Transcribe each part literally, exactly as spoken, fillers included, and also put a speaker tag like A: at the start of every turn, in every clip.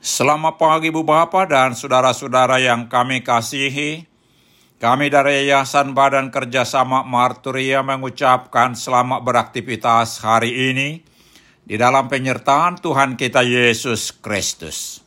A: Selamat pagi Ibu Bapak dan saudara-saudara yang kami kasihi. Kami dari Yayasan Badan Kerjasama Marturia mengucapkan selamat beraktivitas hari ini di dalam penyertaan Tuhan kita Yesus Kristus.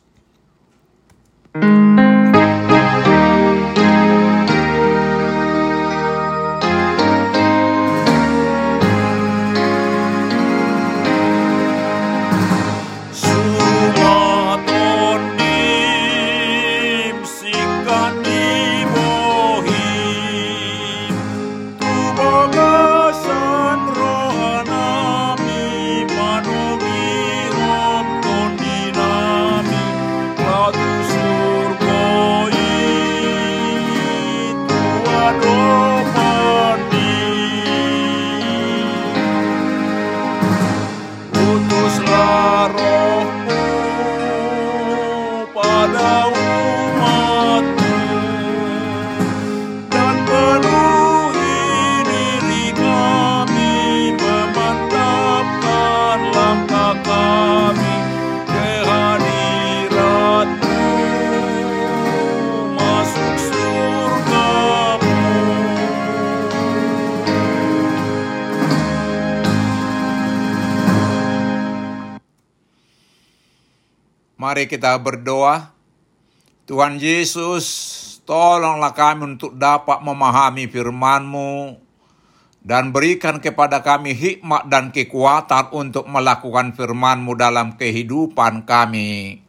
A: Mari kita berdoa. Tuhan Yesus, tolonglah kami untuk dapat memahami firman-Mu dan berikan kepada kami hikmat dan kekuatan untuk melakukan firman-Mu dalam kehidupan kami.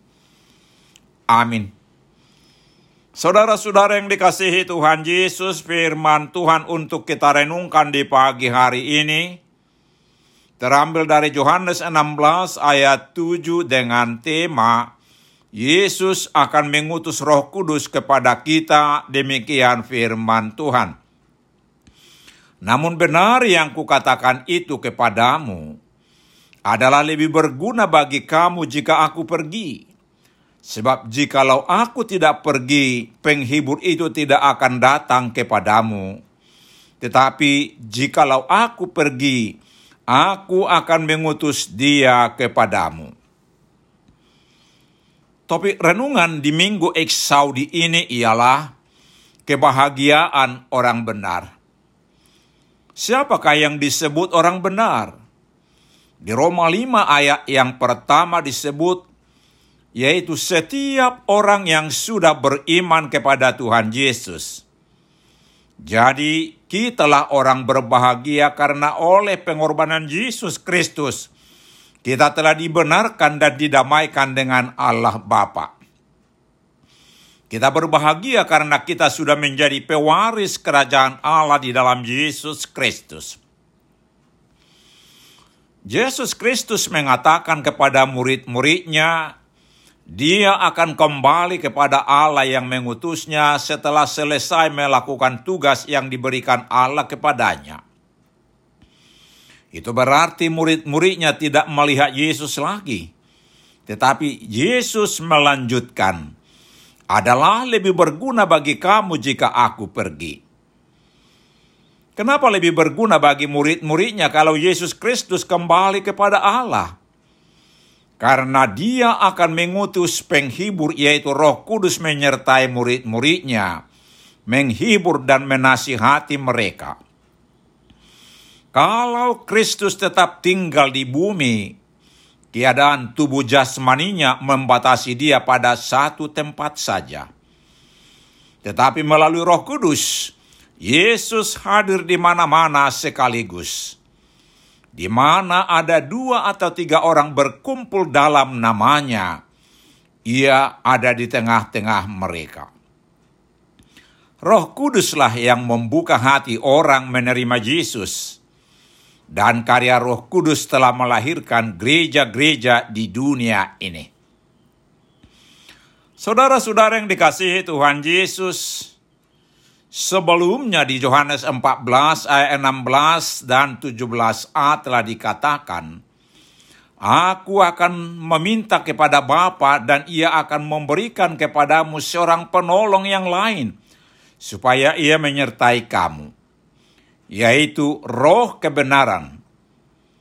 A: Amin. Saudara-saudara yang dikasihi Tuhan Yesus, firman Tuhan untuk kita renungkan di pagi hari ini terambil dari Yohanes enam belas ayat tujuh dengan tema Yesus akan mengutus Roh Kudus kepada kita, demikian firman Tuhan. Namun benar yang kukatakan itu kepadamu adalah lebih berguna bagi kamu jika aku pergi. Sebab jikalau aku tidak pergi, penghibur itu tidak akan datang kepadamu. Tetapi jikalau aku pergi, aku akan mengutus dia kepadamu. Topik renungan di Minggu Eksaudi ini ialah kebahagiaan orang benar. Siapakah yang disebut orang benar? Di Roma lima ayat yang pertama disebut, yaitu setiap orang yang sudah beriman kepada Tuhan Yesus. Jadi, kitalah orang berbahagia karena oleh pengorbanan Yesus Kristus, kita telah dibenarkan dan didamaikan dengan Allah Bapa. Kita berbahagia karena kita sudah menjadi pewaris kerajaan Allah di dalam Yesus Kristus. Yesus Kristus mengatakan kepada murid-muridnya, Dia akan kembali kepada Allah yang mengutusnya setelah selesai melakukan tugas yang diberikan Allah kepadanya. Itu berarti murid-muridnya tidak melihat Yesus lagi. Tetapi Yesus melanjutkan, adalah lebih berguna bagi kamu jika aku pergi. Kenapa lebih berguna bagi murid-muridnya kalau Yesus Kristus kembali kepada Allah? Karena dia akan mengutus penghibur yaitu Roh Kudus menyertai murid-muridnya, menghibur dan menasihati mereka. Kalau Kristus tetap tinggal di bumi, keadaan tubuh jasmaninya membatasi dia pada satu tempat saja. Tetapi melalui Roh Kudus, Yesus hadir di mana-mana sekaligus. Di mana ada dua atau tiga orang berkumpul dalam namanya, ia ada di tengah-tengah mereka. Roh Kuduslah yang membuka hati orang menerima Yesus. Dan karya Roh Kudus telah melahirkan gereja-gereja di dunia ini. Saudara-saudara yang dikasihi Tuhan Yesus, sebelumnya di Yohanes empat belas ayat enam belas dan tujuh belas a telah dikatakan, Aku akan meminta kepada Bapa dan ia akan memberikan kepadamu seorang penolong yang lain, supaya ia menyertai kamu, yaitu Roh kebenaran.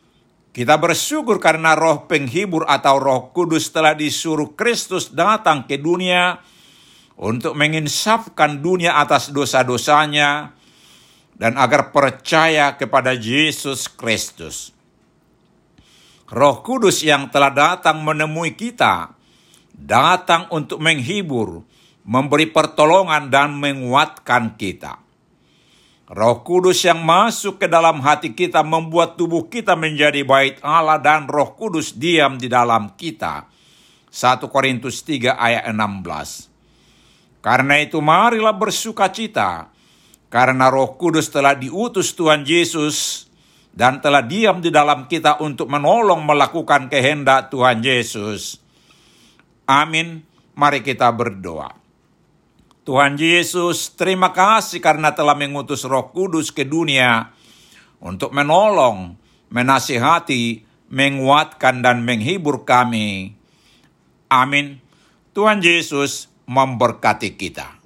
A: Kita bersyukur karena Roh Penghibur atau Roh Kudus telah disuruh Kristus datang ke dunia untuk menginsafkan dunia atas dosa-dosanya dan agar percaya kepada Yesus Kristus. Roh Kudus yang telah datang menemui kita, datang untuk menghibur, memberi pertolongan dan menguatkan kita. Roh Kudus yang masuk ke dalam hati kita membuat tubuh kita menjadi bait Allah dan Roh Kudus diam di dalam kita. satu Korintus tiga ayat enam belas. Karena itu marilah bersukacita, karena Roh Kudus telah diutus Tuhan Yesus dan telah diam di dalam kita untuk menolong melakukan kehendak Tuhan Yesus. Amin. Mari kita berdoa. Tuhan Yesus, terima kasih karena telah mengutus Roh Kudus ke dunia untuk menolong, menasihati, menguatkan dan menghibur kami. Amin. Tuhan Yesus memberkati kita.